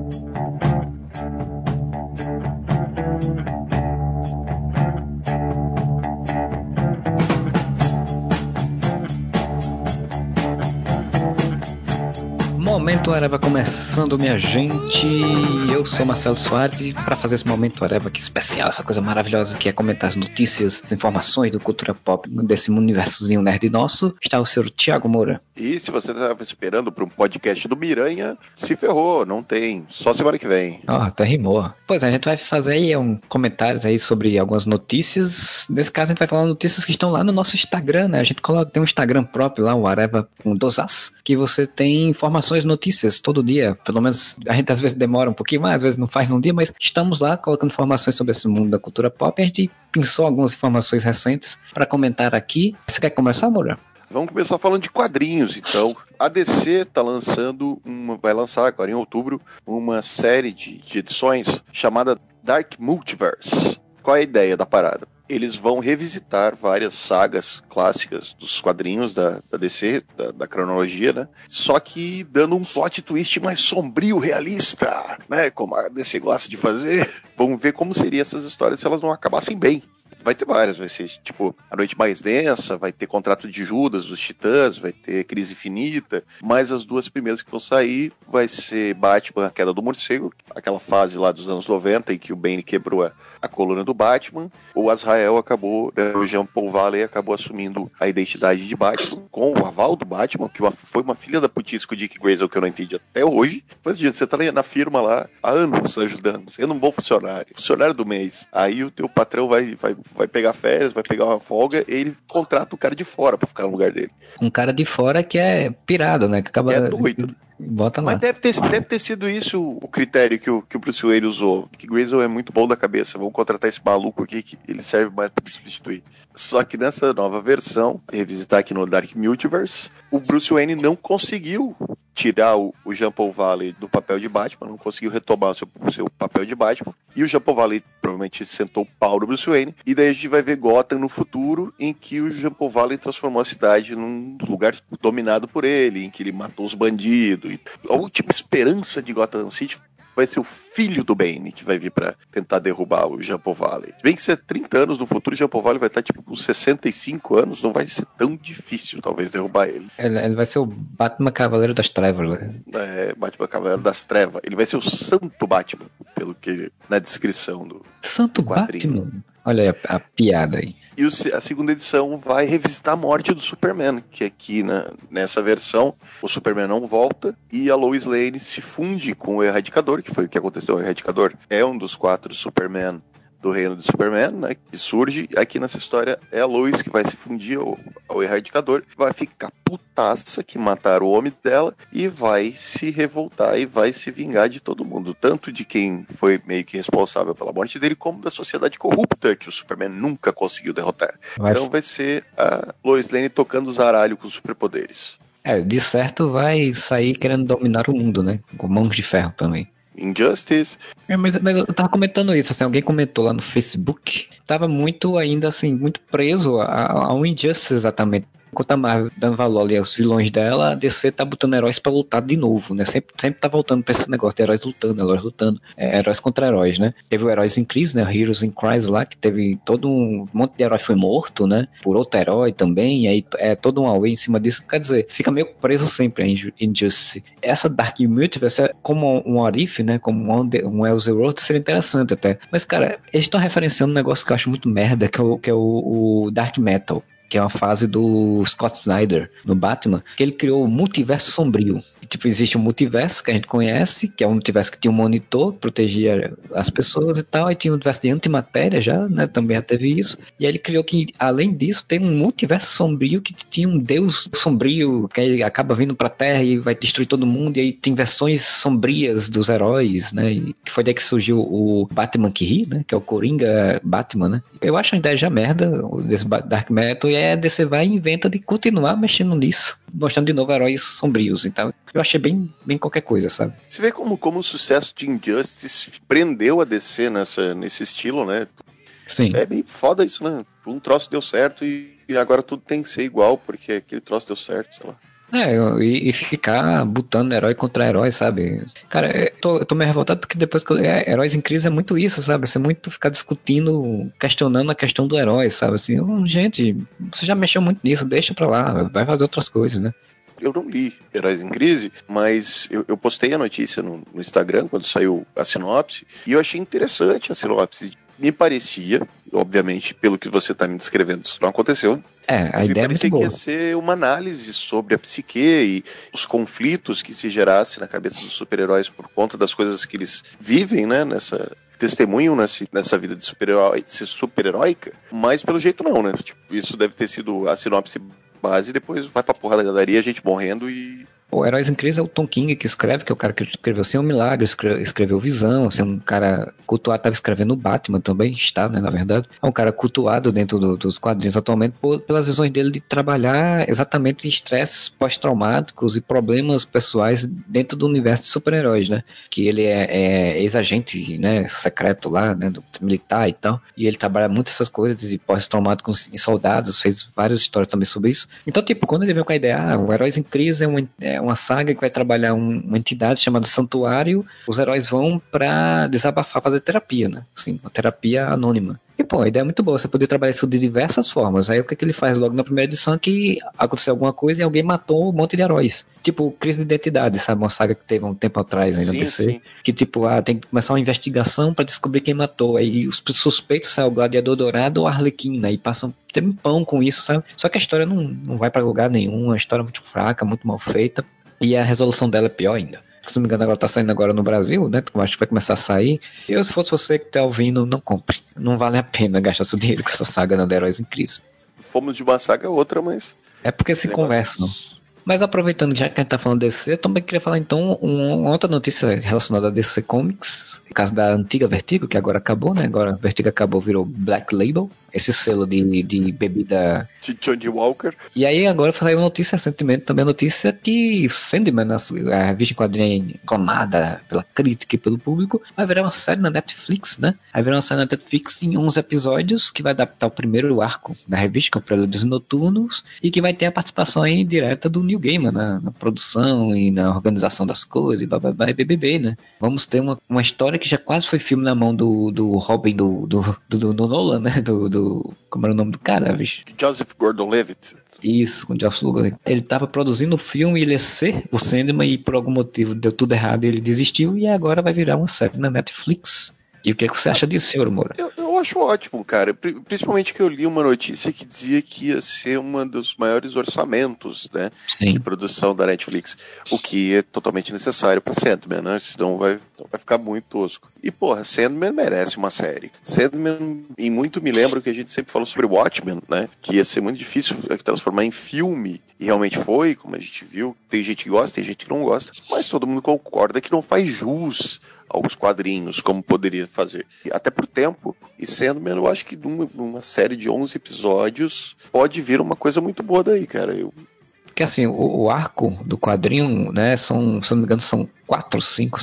Momento Areva começando, minha gente. Eu sou Marcelo Soares e para fazer esse Momento Areva aqui especial, essa coisa maravilhosa que é comentar as notícias, as informações do cultura pop desse universozinho nerd nosso, está o senhor Thiago Moura. E se você estava esperando para um podcast do Miranha, se ferrou, não tem, só semana que vem. Até rimou. Pois a gente vai fazer aí comentários aí sobre algumas notícias. Nesse caso a gente vai falar notícias que estão lá no nosso Instagram, né? A gente tem um Instagram próprio lá, o Areva com 2As, que você tem informações, notícias todo dia. Pelo menos a gente às vezes demora um pouquinho mais, às vezes não faz num dia, mas estamos lá colocando informações sobre esse mundo da cultura pop. A gente pensou algumas informações recentes para comentar aqui. Você quer começar, Moura? Vamos começar falando de quadrinhos, então. A DC vai lançar agora em outubro, uma série de edições chamada Dark Multiverse. Qual é a ideia da parada? Eles vão revisitar várias sagas clássicas dos quadrinhos da DC, da cronologia, né? Só que dando um plot twist mais sombrio, realista, né? Como a DC gosta de fazer. Vamos ver como seriam essas histórias se elas não acabassem bem. Vai ter várias, vai ser tipo A Noite Mais Densa, vai ter Contrato de Judas, Os Titãs, vai ter Crise Infinita, mas as duas primeiras que vão sair vai ser Batman, A Queda do Morcego, aquela fase lá dos anos 90 em que o Bane quebrou a coluna do Batman, o Azrael acabou, né, o Jean Paul Valley acabou assumindo a identidade de Batman, com o aval do Batman, que foi uma filha da putice com o Dick Grayson que eu não entendi até hoje. Mas você tá na firma lá há anos ajudando, sendo um bom funcionário do mês, aí o teu patrão vai pegar férias, vai pegar uma folga, ele contrata o cara de fora pra ficar no lugar dele. Um cara de fora que é pirado, né? Que acaba... É doido. Bota lá. Mas deve ter sido isso o critério que o Bruce Wayne usou. Que Grayson é muito bom da cabeça. Vamos contratar esse maluco aqui que ele serve mais pra substituir. Só que nessa nova versão, revisitar aqui no Dark Multiverse, o Bruce Wayne não conseguiu tirar o Jean Paul Valley do papel de Batman, não conseguiu retomar o seu papel de Batman, e o Jean Paul Valley provavelmente sentou o pau no Bruce Wayne, e daí a gente vai ver Gotham no futuro, em que o Jean Paul Valley transformou a cidade num lugar dominado por ele, em que ele matou os bandidos. A última esperança de Gotham City vai ser o filho do Bane que vai vir pra tentar derrubar o Jean Paul Valley. Se bem que se é 30 anos no futuro, o Jean Paul Valley vai estar tipo com 65 anos, não vai ser tão difícil talvez derrubar ele. Ele vai ser o Batman Cavaleiro das Trevas, né? Batman Cavaleiro das Trevas. Ele vai ser o Santo Batman, pelo que na descrição do Santo quadrinho. Batman? Olha aí a piada aí. E a segunda edição vai revisitar a morte do Superman, que aqui nessa versão o Superman não volta e a Lois Lane se funde com o Erradicador, que foi o que aconteceu. O Erradicador é um dos 4 Superman do reino do Superman, né, que surge. Aqui nessa história é a Lois que vai se fundir ao Erradicador, vai ficar putaça que mataram o homem dela e vai se revoltar e vai se vingar de todo mundo, tanto de quem foi meio que responsável pela morte dele, como da sociedade corrupta que o Superman nunca conseguiu derrotar. Então vai ser a Lois Lane tocando zaralho com superpoderes. De certo vai sair querendo dominar o mundo, né, com mãos de ferro também. Injustice. Mas eu tava comentando isso, assim, alguém comentou lá no Facebook, tava muito ainda assim, muito preso ao Injustice exatamente. Enquanto a Marvel dando valor ali aos vilões dela, a DC tá botando heróis pra lutar de novo, né? Sempre tá voltando pra esse negócio de heróis lutando, heróis contra heróis, né? Teve o Heróis em Crise, né? Heroes in Crisis lá, que teve todo um monte de herói foi morto, né? Por outro herói também, e aí é todo um away em cima disso. Quer dizer, fica meio preso sempre a Injustice. Essa Dark Multiverse é como um Arif, né? Como um Elseworld, seria interessante até. Mas, cara, eles estão referenciando um negócio que eu acho muito merda, que é o Dark Metal, que é uma fase do Scott Snyder no Batman, que ele criou o multiverso sombrio. Tipo, existe um multiverso que a gente conhece, que é um multiverso que tinha um monitor, que protegia as pessoas e tal, e tinha um multiverso de antimatéria já, né, também já teve isso. E aí ele criou que, além disso, tem um multiverso sombrio que tinha um deus sombrio, que aí acaba vindo pra Terra e vai destruir todo mundo, e aí tem versões sombrias dos heróis, né, e que foi daí que surgiu o Batman que ri, né, que é o Coringa Batman, né. Eu acho a ideia já merda, desse Dark Metal, e aí a DC vai e inventa de continuar mexendo nisso, mostrando de novo heróis sombrios. Então, eu achei bem qualquer coisa, sabe? Você vê como o sucesso de Injustice prendeu a DC nesse estilo, né? Sim. É bem foda isso, né? Um troço deu certo e agora tudo tem que ser igual, porque aquele troço deu certo, sei lá. E ficar botando herói contra herói, sabe? Cara, eu tô meio revoltado porque depois que Heróis em Crise é muito isso, sabe? Você muito ficar discutindo, questionando a questão do herói, sabe? Assim, gente, você já mexeu muito nisso, deixa pra lá, vai fazer outras coisas, né? Eu não li Heróis em Crise, mas eu postei a notícia no Instagram quando saiu a sinopse, e eu achei interessante a sinopse. Me parecia, obviamente, pelo que você está me descrevendo, isso não aconteceu. A ideia é muito boa. Que ia ser uma análise sobre a psique e os conflitos que se gerasse na cabeça dos super-heróis por conta das coisas que eles vivem, né, testemunham nessa vida de super-heróica, mas pelo jeito não, né? Tipo, isso deve ter sido a sinopse base, e depois vai pra porra da galeria, a gente morrendo e... O Heróis em Crise é o Tom King que escreve, que é o cara que escreveu Sem um Milagre, escreveu Visão, assim, um cara cultuado, estava escrevendo o Batman também, está, né, na verdade. É um cara cultuado dentro dos quadrinhos atualmente pelas visões dele de trabalhar exatamente estresses pós-traumáticos e problemas pessoais dentro do universo de super-heróis, né? Que ele é ex-agente, né, secreto lá, né, do militar e tal, e ele trabalha muito essas coisas de pós-traumáticos em soldados, fez várias histórias também sobre isso. Então, tipo, quando ele veio com a ideia, o Heróis em Crise é uma saga que vai trabalhar uma entidade chamada Santuário. Os heróis vão pra desabafar, fazer terapia, né? Assim, uma terapia anônima. E, pô, a ideia é muito boa, você poder trabalhar isso de diversas formas. Aí o que ele faz logo na primeira edição é que aconteceu alguma coisa e alguém matou um monte de heróis. Tipo, Crise de Identidade, sabe? Uma saga que teve um tempo atrás ainda no DC. Que, tipo, tem que começar uma investigação pra descobrir quem matou. Aí os suspeitos são o Gladiador Dourado ou a Arlequina. E passam tempão com isso, sabe? Só que a história não vai pra lugar nenhum. É uma história muito fraca, muito mal feita. E a resolução dela é pior ainda. Se não me engano, agora tá saindo agora no Brasil, né? Acho que vai começar a sair. Eu, se fosse você que tá ouvindo, não compre. Não vale a pena gastar seu dinheiro com essa saga não, de Heróis em Crise. Fomos de uma saga a outra, mas... É porque se conversam. Mas aproveitando, já que a gente tá falando de DC, eu também queria falar então uma outra notícia relacionada a DC Comics. No caso da antiga Vertigo, que agora acabou, né? Agora a Vertigo acabou, virou Black Label. Esse selo de bebida... de Johnny Walker. E aí agora saiu uma notícia recentemente, também a notícia que Sandman, a revista em quadrinho aclamada pela crítica e pelo público, vai virar uma série na Netflix, né? Vai virar uma série na Netflix em 11 episódios, que vai adaptar o primeiro arco da revista, que é o Prelúdios Noturnos, e que vai ter a participação aí direta do Neil Gaiman na produção e na organização das coisas, e bababá e BBB, né? Vamos ter uma história que já quase foi filme na mão do Robin, do Nolan, né? Como era o nome do cara, bicho? Joseph Gordon-Levitt. Isso, com o Joseph Gordon. Ele tava produzindo o filme, ele ia ser o Sandman e por algum motivo deu tudo errado e ele desistiu e agora vai virar uma série na Netflix. E o que você acha disso, senhor Moura? Eu acho ótimo, cara. Principalmente que eu li uma notícia que dizia que ia ser um dos maiores orçamentos, né, de produção da Netflix. O que é totalmente necessário pra Sandman, né? Senão vai ficar muito tosco. E, porra, Sandman merece uma série. Sandman, e muito me lembra que a gente sempre falou sobre Watchmen, né? Que ia ser muito difícil transformar em filme. E realmente foi, como a gente viu. Tem gente que gosta, tem gente que não gosta. Mas todo mundo concorda que não faz jus aos quadrinhos, como poderia fazer. Até por tempo. E Sandman, eu acho que numa série de 11 episódios pode vir uma coisa muito boa daí, cara. Porque assim, o arco do quadrinho, né, se eu não me engano, são 4, 5,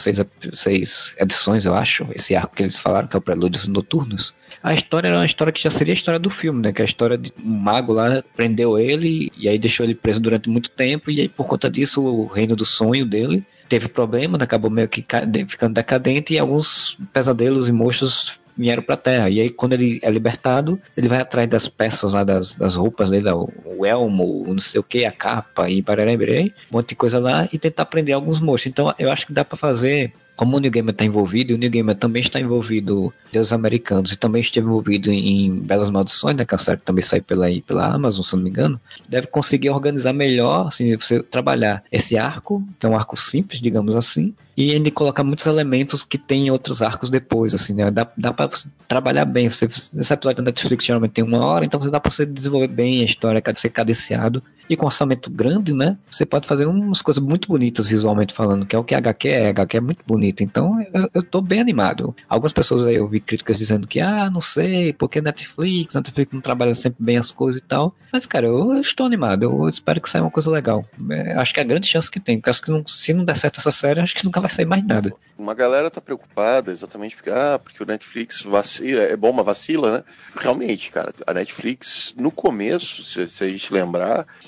6 edições, eu acho. Esse arco que eles falaram, que é o Prelúdios Noturnos. A história era uma história que já seria a história do filme, né? Que é a história de um mago lá, prendeu ele, e aí deixou ele preso durante muito tempo, e aí por conta disso, o reino do sonho dele teve problema, acabou meio que ficando decadente, e alguns pesadelos e monstros vieram pra Terra. E aí, quando ele é libertado, ele vai atrás das peças lá, das roupas dele, o elmo, o não sei o que, a capa, e barará, um monte de coisa lá, e tentar prender alguns monstros. Então, eu acho que dá pra fazer... Como o Neil Gaiman está envolvido, e o Neil Gaiman também está envolvido em Deuses Americanos, e também esteve envolvido em Belas Maldições, né, que a série também sai pela Amazon, se não me engano, deve conseguir organizar melhor, assim, você trabalhar esse arco, que é um arco simples, digamos assim, e ele colocar muitos elementos que tem em outros arcos depois, assim, né? Dá pra trabalhar bem. Esse episódio da Netflix geralmente tem 1 hora, então dá pra você desenvolver bem a história, ser cadenciado. E com orçamento grande, né? Você pode fazer umas coisas muito bonitas visualmente falando, que é o que a HQ é. A HQ é muito bonita. Então eu tô bem animado. Algumas pessoas aí eu vi críticas dizendo que, não sei, porque Netflix não trabalha sempre bem as coisas e tal. Mas, cara, eu estou animado. Eu espero que saia uma coisa legal. Acho que é a grande chance que tem. Porque acho que se não der certo essa série, acho que nunca vai sair mais nada. Uma galera tá preocupada exatamente porque o Netflix vacila, é bom, mas vacila, né? Realmente, cara, a Netflix, no começo, se a gente lembrar, a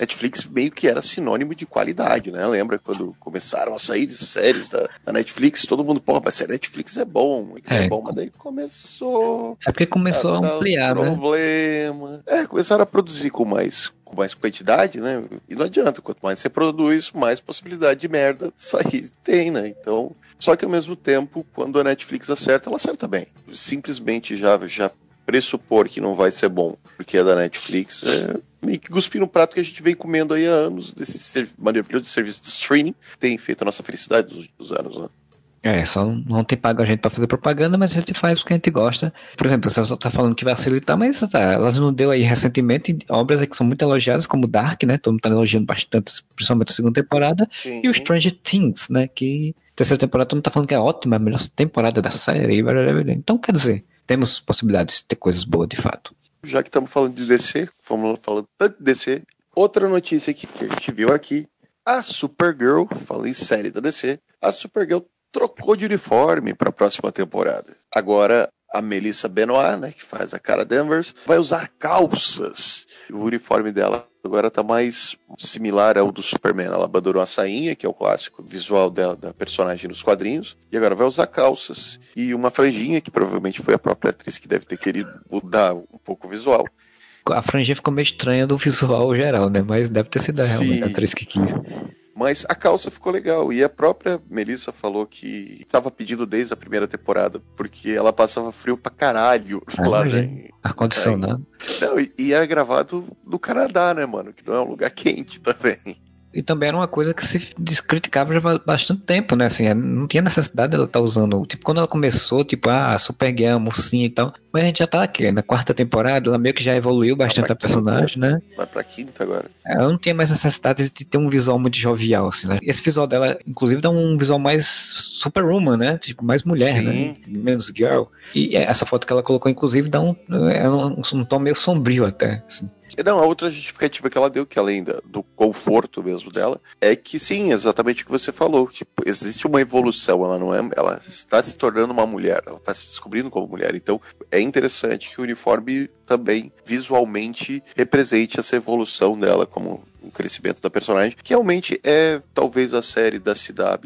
Netflix meio que era sinônimo de qualidade, né? Lembra quando começaram a sair séries da Netflix, todo mundo, pô, mas a Netflix é bom, mas daí começou É porque a começou a dar os ampliar, né? problemas. Começaram a produzir com mais quantidade, né? E não adianta, quanto mais você produz, mais possibilidade de merda sair tem, né? Então, só que ao mesmo tempo, quando a Netflix acerta, ela acerta bem. Simplesmente já pressupor que não vai ser bom porque é da Netflix meio que cuspir no prato que a gente vem comendo aí há anos desse maravilhoso serviço de streaming, tem feito a nossa felicidade dos últimos anos, né? Só não tem pago a gente pra fazer propaganda, mas a gente faz o que a gente gosta. Por exemplo, você só tá falando que vai facilitar, mas elas não deu aí recentemente obras que são muito elogiadas, como Dark, né? Todo mundo tá elogiando bastante, principalmente a segunda temporada. Sim. E o Stranger Things, né? Que terceira temporada todo mundo tá falando que é ótima, a melhor temporada da série. Então, quer dizer, temos possibilidades de ter coisas boas de fato. Já que estamos falando de DC, vamos falando tanto de DC, outra notícia que a gente viu aqui, a Supergirl, falei série da DC, a Supergirl trocou de uniforme para a próxima temporada. Agora, a Melissa Benoist, né, que faz a Cara Danvers, vai usar calças. O uniforme dela agora tá mais similar ao do Superman. Ela abandonou a sainha, que é o clássico visual dela, da personagem nos quadrinhos, e agora vai usar calças. E uma franjinha, que provavelmente foi a própria atriz que deve ter querido mudar um pouco o visual. A franjinha ficou meio estranha do visual geral, né? Mas deve ter sido realmente a atriz que quis. Mas a calça ficou legal. E a própria Melissa falou que estava pedindo desde a primeira temporada, porque ela passava frio pra caralho lá, né? Ar-condicionado. Não, e é gravado no Canadá, né, mano? Que não é um lugar quente também. E também era uma coisa que se criticava já há bastante tempo, né? Assim, não tinha necessidade dela estar usando. Tipo, quando ela começou, tipo, Supergirl, mocinha e tal. Mas a gente já tá aqui, na quarta temporada, ela meio que já evoluiu bastante a personagem, né? Vai pra quinta agora. Ela não tinha mais necessidade de ter um visual muito jovial, assim, né? Esse visual dela, inclusive, dá um visual mais superwoman, né? Tipo, mais mulher, né? Menos girl. E essa foto que ela colocou, inclusive, dá um tom meio sombrio até, assim. Não, a outra justificativa que ela deu, que além do conforto mesmo dela, é que sim, exatamente o que você falou. Tipo, existe uma evolução, ela está se tornando uma mulher, ela está se descobrindo como mulher. Então, é interessante que o uniforme também visualmente represente essa evolução dela como o crescimento da personagem, que realmente é talvez a série da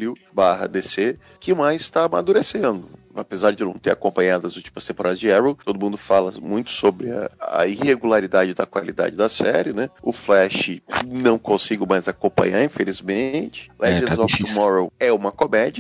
CW/DC que mais está amadurecendo. Apesar de eu não ter acompanhado as últimas temporadas de Arrow, todo mundo fala muito sobre a irregularidade da qualidade da série, né? O Flash não consigo mais acompanhar, infelizmente. Legends of Tomorrow é uma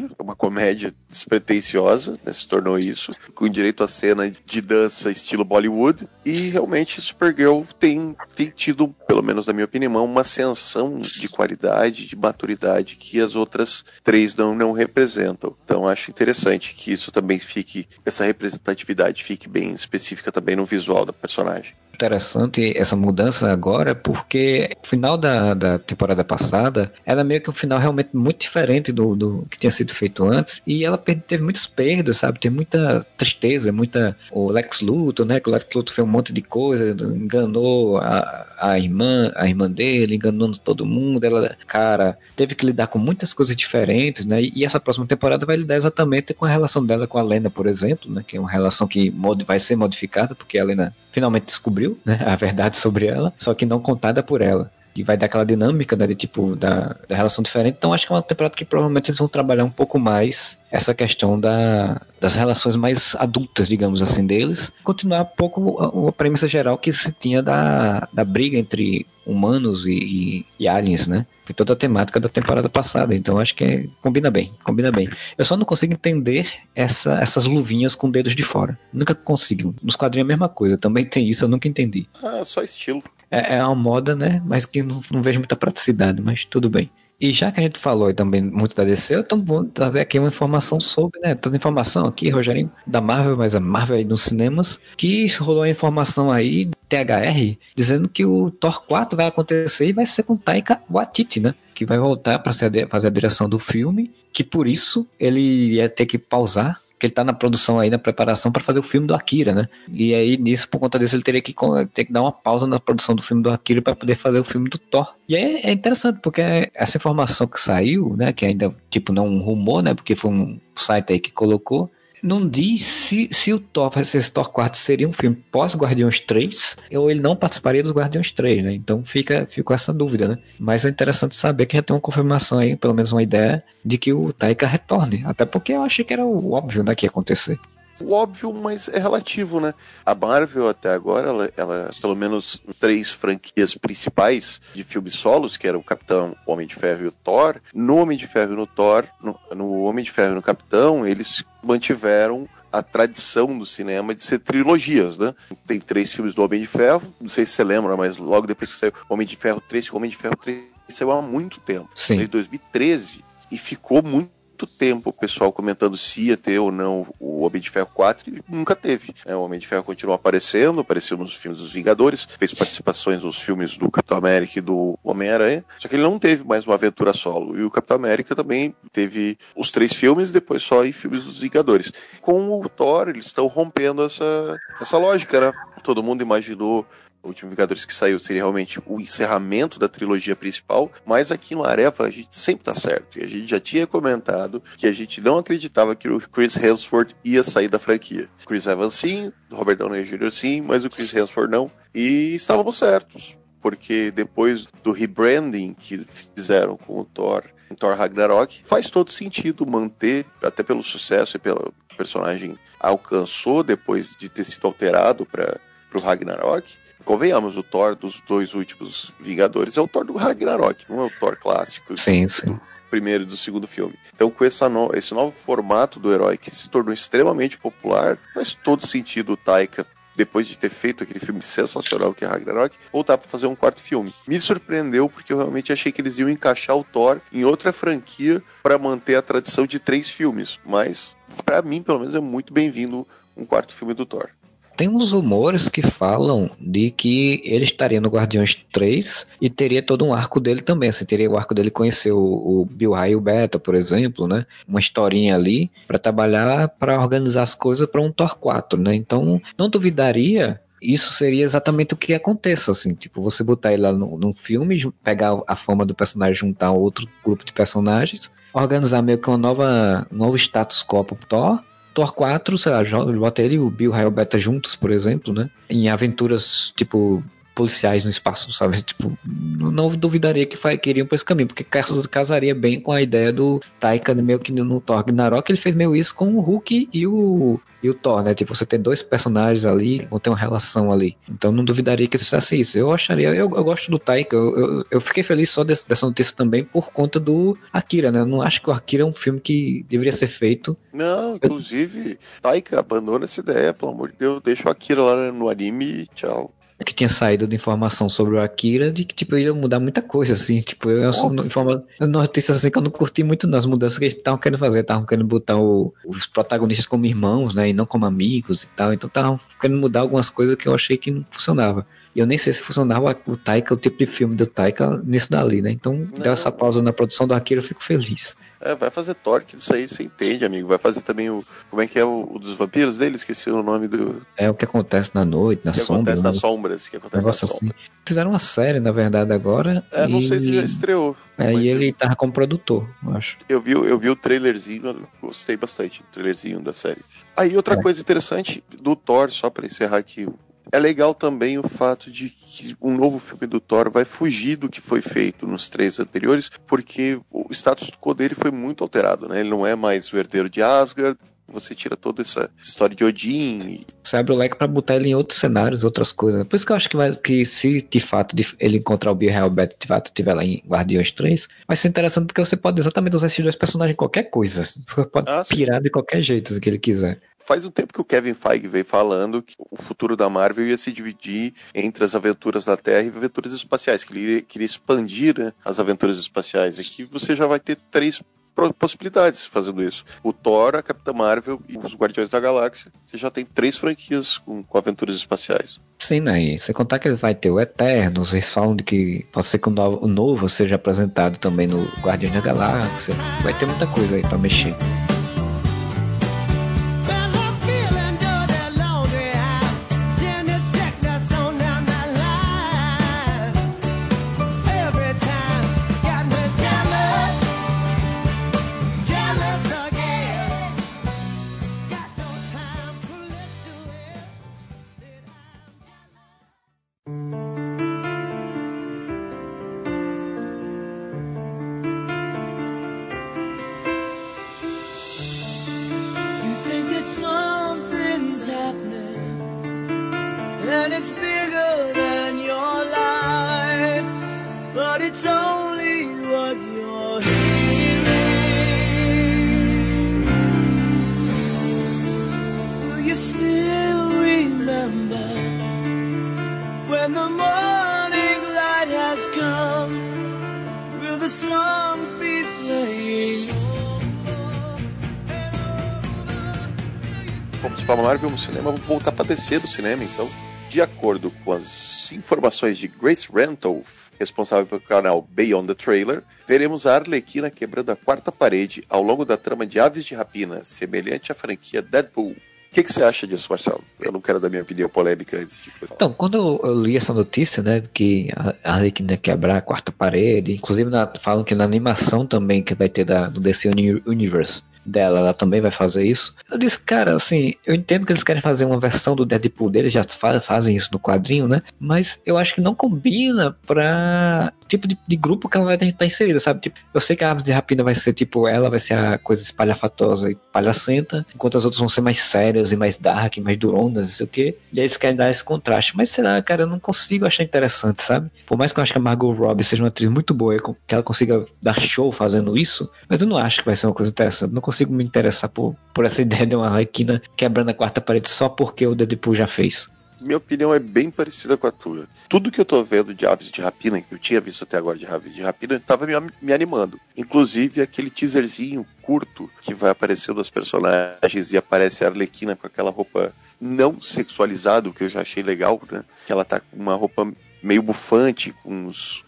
comédia despretensiosa, né? Se tornou isso, com direito a cena de dança estilo Bollywood. E realmente Supergirl tem tido, pelo menos na minha opinião, uma ascensão de qualidade, de maturidade que as outras três não representam. Então acho interessante que isso também essa representatividade fique bem específica também no visual da personagem. Interessante essa mudança agora, porque o final da temporada passada era meio que um final realmente muito diferente do que tinha sido feito antes, e ela teve muitas perdas, sabe? Tem muita tristeza, o Lex Luthor, né? Que o Lex Luthor fez um monte de coisa, enganou a irmã dele, enganou todo mundo, ela, cara, teve que lidar com muitas coisas diferentes, né? E essa próxima temporada vai lidar exatamente com a relação dela com a Lena, por exemplo, né? Que é uma relação que vai ser modificada, porque a Lena finalmente descobriu, né, a verdade sobre ela, só que não contada por ela. E vai dar aquela dinâmica, né, de tipo, da relação diferente. Então acho que é uma temporada que provavelmente eles vão trabalhar um pouco mais essa questão das relações mais adultas, digamos assim, deles. Continuar um pouco a premissa geral que se tinha da briga entre humanos e aliens, né? Foi toda a temática da temporada passada. Então acho que combina bem. Eu só não consigo entender essas luvinhas com dedos de fora. Nunca consigo. Nos quadrinhos é a mesma coisa. Também tem isso, eu nunca entendi. Só estilo. É uma moda, né? Mas que não vejo muita praticidade, mas tudo bem. E já que a gente falou também muito da DC, eu vou trazer aqui uma informação sobre, né? Toda informação aqui, Rogerinho, da Marvel, mas a Marvel aí nos cinemas, que rolou a informação aí, THR, dizendo que o Thor 4 vai acontecer e vai ser com Taika Waititi, né? Que vai voltar para fazer a direção do filme, que por isso ele ia ter que pausar, que ele tá na produção aí, na preparação para fazer o filme do Akira, né? E aí, nisso, por conta disso, ele teria que ter que dar uma pausa na produção do filme do Akira para poder fazer o filme do Thor. E aí é interessante, porque essa informação que saiu, né, que ainda, tipo, não é um rumor, né, porque foi um site aí que colocou, Não diz se o Thor, se esse Thor 4 seria um filme pós-Guardiões 3, ou ele não participaria dos Guardiões 3, né? Então fica essa dúvida, né? Mas é interessante saber que já tem uma confirmação aí, pelo menos uma ideia, de que o Taika retorne. Até porque eu achei que era o óbvio, né, que ia acontecer. O óbvio, mas é relativo, né? A Marvel, até agora, ela pelo menos 3 franquias principais de filmes solos, que era o Capitão, o Homem de Ferro e o Thor. No Homem de Ferro e no Thor, no Homem de Ferro e no Capitão, eles mantiveram a tradição do cinema de ser trilogias, né? Tem 3 filmes do Homem de Ferro, não sei se você lembra, mas logo depois que saiu o Homem de Ferro 3, o Homem de Ferro 3 saiu há muito tempo. Sim. Saiu em 2013 e ficou muito tempo o pessoal comentando se ia ter ou não o Homem de Ferro 4 e nunca teve. O Homem de Ferro continuou apareceu nos filmes dos Vingadores, fez participações nos filmes do Capitão América e do Homem-Aranha, só que ele não teve mais uma aventura solo. E o Capitão América também teve os 3 filmes, depois só em filmes dos Vingadores. Com o Thor, eles estão rompendo essa lógica, né? Todo mundo imaginou o último Vingadores que saiu seria realmente o encerramento da trilogia principal, mas aqui no Areva a gente sempre tá certo. E a gente já tinha comentado que a gente não acreditava que o Chris Hemsworth ia sair da franquia. Chris Evans sim, Robert Downey Jr. sim, mas o Chris Hemsworth não. E estávamos certos, porque depois do rebranding que fizeram com o Thor, em Thor Ragnarok, faz todo sentido manter, até pelo sucesso e pelo personagem alcançou depois de ter sido alterado para o Ragnarok. Convenhamos, o Thor dos 2 últimos Vingadores é o Thor do Ragnarok, não é o Thor clássico. Sim, sim. Do primeiro e do segundo filme. Então, com esse novo formato do herói que se tornou extremamente popular, faz todo sentido o Taika, depois de ter feito aquele filme sensacional que é Ragnarok, voltar para fazer um 4º filme. Me surpreendeu porque eu realmente achei que eles iam encaixar o Thor em outra franquia para manter a tradição de 3 filmes. Mas, para mim, pelo menos, é muito bem-vindo um 4º filme do Thor. Tem uns rumores que falam de que ele estaria no Guardiões 3 e teria todo um arco dele também. Assim, teria o arco dele conhecer o Bill Raio e o Beta, por exemplo, né? Uma historinha ali para trabalhar, para organizar as coisas para um Thor 4, né? Então, não duvidaria. Isso seria exatamente o que aconteça, assim, tipo, você botar ele lá num filme, pegar a fama do personagem, juntar outro grupo de personagens, organizar meio que um novo status quo pro Thor 4, sei lá, bota ele e o Bill Raio Beta juntos, por exemplo, né? Em aventuras, tipo, policiais no espaço, sabe? Tipo, não duvidaria que iriam por esse caminho, porque casaria bem com a ideia do Taika, meio que no Thor Ragnarok, ele fez meio isso com o Hulk e o Thor, né? Tipo, você tem 2 personagens ali, vão ter uma relação ali. Então não duvidaria que eles fizessem isso. Eu gosto do Taika, eu fiquei feliz só dessa notícia também por conta do Akira, né? Eu não acho que o Akira é um filme que deveria ser feito. Não, inclusive, Taika, abandona essa ideia, pelo amor de Deus, deixa o Akira lá no anime e tchau. Que tinha saído de informação sobre o Akira de que, tipo, ia mudar muita coisa, assim, tipo, notícias assim que eu não curti muito nas mudanças que eles estavam querendo fazer, estavam querendo botar os protagonistas como irmãos, né, e não como amigos e tal, então estavam querendo mudar algumas coisas que eu achei que não funcionava. E eu nem sei se funcionava o Taika, o tipo de filme do Taika nisso dali, né, então deu essa pausa na produção do Akira, eu fico feliz. Vai fazer Torque disso aí, você entende, amigo. Vai fazer também como é que é o dos vampiros dele? Esqueci o nome do... É o que acontece na noite, na sombra. Acontece nas sombras, que acontece nas sombras. Assim. Fizeram uma série, na verdade, agora. Não sei se já estreou. E ele tava como produtor, eu acho. Eu vi o trailerzinho, gostei bastante do trailerzinho da série. Aí outra coisa interessante do Thor, só pra encerrar aqui, é legal também o fato de que um novo filme do Thor vai fugir do que foi feito nos 3 anteriores, porque o status quo dele foi muito alterado, né? Ele não é mais o herdeiro de Asgard, você tira toda essa história de Odin. Você abre o leque pra botar ele em outros cenários, outras coisas. Por isso que eu acho que se de fato ele encontrar o Bill Halbert, de fato estiver lá em Guardiões 3, vai ser interessante porque você pode exatamente usar esses 2 personagens em qualquer coisa. Você pode pirar de qualquer jeito, se ele quiser. Faz um tempo que o Kevin Feige veio falando que o futuro da Marvel ia se dividir entre as aventuras da Terra e aventuras espaciais, que ele queria expandir, né, as aventuras espaciais. Aqui você já vai ter 3 possibilidades fazendo isso. O Thor, a Capitã Marvel e os Guardiões da Galáxia. Você já tem 3 franquias com aventuras espaciais. Sim, né? E você contar que ele vai ter o Eternos, eles falam de que pode ser que o novo seja apresentado também no Guardiões da Galáxia. Vai ter muita coisa aí pra mexer. and it's bigger than your life, but it's only what you're hearing. Will you still remember when the morning light has come? Will the songs be playing? Fomos para Marvel no cinema, vamos voltar para DC do cinema, então. De acordo com as informações de Grace Randolph, responsável pelo canal Beyond the Trailer, veremos a Arlequina quebrando a quarta parede ao longo da trama de Aves de Rapina, semelhante à franquia Deadpool. O que você acha disso, Marcelo? Eu não quero dar minha opinião polêmica antes de falar. Então, quando eu li essa notícia, né, que a Arlequina ia quebrar a quarta parede, inclusive falam que na animação também que vai ter do DC Universe dela, ela também vai fazer isso. Eu disse, cara, assim, eu entendo que eles querem fazer uma versão do Deadpool deles, já fazem isso no quadrinho, né? Mas eu acho que não combina pra tipo de grupo que ela vai estar inserida, sabe? Tipo, eu sei que a Aves de Rapina vai ser tipo, ela vai ser a coisa espalhafatosa e palhacenta, enquanto as outras vão ser mais sérias e mais dark, mais duronas, não sei o quê. E aí eles querem dar esse contraste. Mas sei lá, cara, eu não consigo achar interessante, sabe? Por mais que eu acho que a Margot Robbie seja uma atriz muito boa, que ela consiga dar show fazendo isso, mas eu não acho que vai ser uma coisa interessante. Não consigo me interessar por essa ideia de uma Arlequina quebrando a quarta parede só porque o Deadpool já fez. Minha opinião é bem parecida com a tua. Tudo que eu tô vendo de Aves de Rapina, que eu tinha visto até agora de Aves de Rapina, tava me animando. Inclusive aquele teaserzinho curto que vai aparecendo os personagens e aparece a Arlequina com aquela roupa não sexualizada, que eu já achei legal, né? Que ela tá com uma roupa meio bufante, com os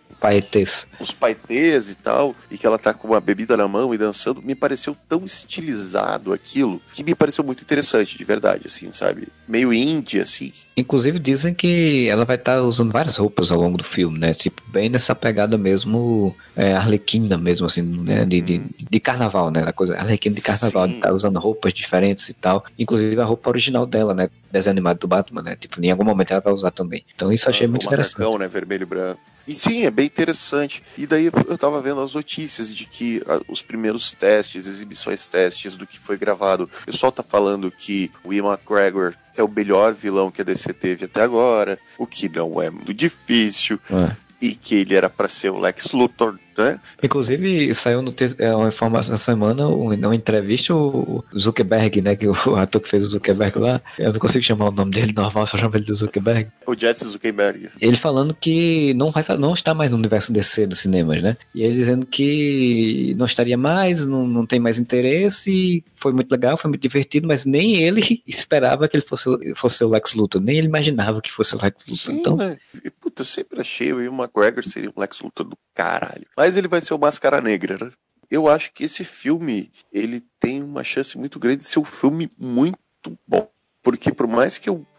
paetês e tal, e que ela tá com uma bebida na mão e dançando, me pareceu tão estilizado aquilo, que me pareceu muito interessante, de verdade, assim, sabe? Meio indie, assim. Inclusive dizem que ela vai estar usando várias roupas ao longo do filme, né? Tipo, bem nessa pegada mesmo, Arlequina mesmo, assim, né? De carnaval, né? A coisa Arlequina de carnaval, de estar usando roupas diferentes e tal. Inclusive a roupa original dela, né? Desenho animado do Batman, né? Tipo, em algum momento ela vai usar também. Então isso eu achei muito interessante. O macacão, né? Vermelho e branco. E sim, é bem interessante. E daí eu tava vendo as notícias de que os primeiros testes, exibições testes do que foi gravado, o pessoal tá falando que o Ian McGregor é o melhor vilão que a DC teve até agora, o que não é muito difícil, e que ele era pra ser o Lex Luthor, né? Inclusive, saiu uma informação essa semana, numa entrevista, o Zuckerberg, né, que o ator que fez o Zuckerberg lá, eu não consigo chamar o nome dele normal, só chamo ele de Zuckerberg. O Jesse Zuckerberg. Ele falando que não está mais no universo DC dos cinemas, né? E ele dizendo que não estaria mais, não tem mais interesse, foi muito legal, foi muito divertido, mas nem ele esperava que ele fosse o Lex Luthor, nem ele imaginava que fosse o Lex Luthor. Sim, então, né? Puta, eu sempre achei o Ian McGregor seria um Lex Luthor do caralho. Mas ele vai ser o Máscara Negra, né? Eu acho que esse filme, ele tem uma chance muito grande de ser um filme muito bom. Porque por mais que eu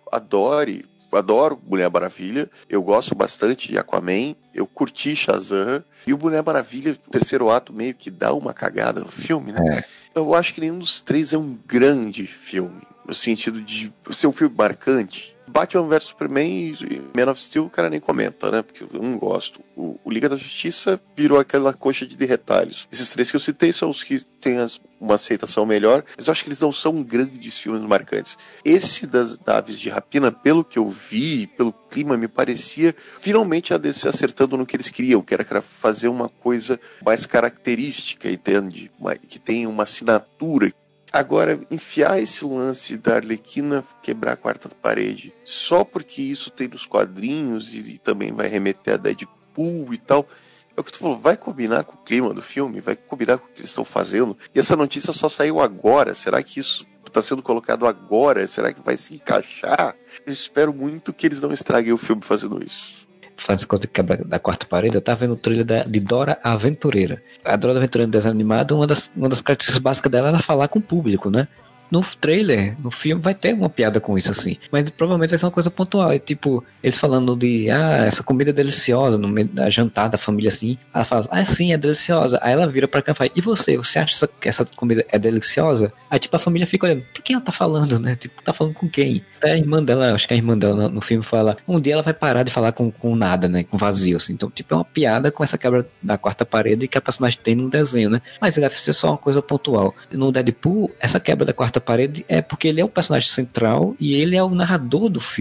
adoro Mulher Maravilha, eu gosto bastante de Aquaman, eu curti Shazam, e o Mulher Maravilha, o terceiro ato, meio que dá uma cagada no filme, né? Eu acho que nenhum dos três é um grande filme, no sentido de ser um filme marcante. Batman vs Superman e Man of Steel o cara nem comenta, né? Porque eu não gosto. O Liga da Justiça virou aquela coxa de retalhos. Esses três que eu citei são os que têm uma aceitação melhor, mas eu acho que eles não são grandes filmes marcantes. Esse da Aves de Rapina, pelo que eu vi, pelo clima, me parecia finalmente a DC acertando no que eles queriam, que era fazer uma coisa mais característica, entende? Que tenha uma assinatura. Agora, enfiar esse lance da Arlequina quebrar a quarta parede só porque isso tem nos quadrinhos e também vai remeter a Deadpool e tal, é o que tu falou, vai combinar com o clima do filme, vai combinar com o que eles estão fazendo. E essa notícia só saiu agora, será que isso está sendo colocado agora? Será que vai se encaixar? Eu espero muito que eles não estraguem o filme fazendo isso. Faz conta que quebra da quarta parede, eu tava vendo o trailer de Dora a Aventureira. A Dora a Aventureira no desenho animado, uma das características básicas dela era falar com o público, né? No trailer, no filme, vai ter uma piada com isso, assim. Mas provavelmente vai ser uma coisa pontual. É tipo, eles falando de, essa comida é deliciosa, no meio da jantar da família, assim. Ela fala, sim, é deliciosa. Aí ela vira pra cá e fala, e você acha que essa comida é deliciosa? Aí, tipo, a família fica olhando, por que ela tá falando, né? Tipo, tá falando com quem? Até a irmã dela, acho que a irmã dela no filme fala, um dia ela vai parar de falar com nada, né? Com vazio, assim. Então, tipo, é uma piada com essa quebra da quarta parede que a personagem tem no desenho, né? Mas deve ser só uma coisa pontual. No Deadpool, essa quebra da quarta parede é porque ele é o personagem central e ele é o narrador do filme.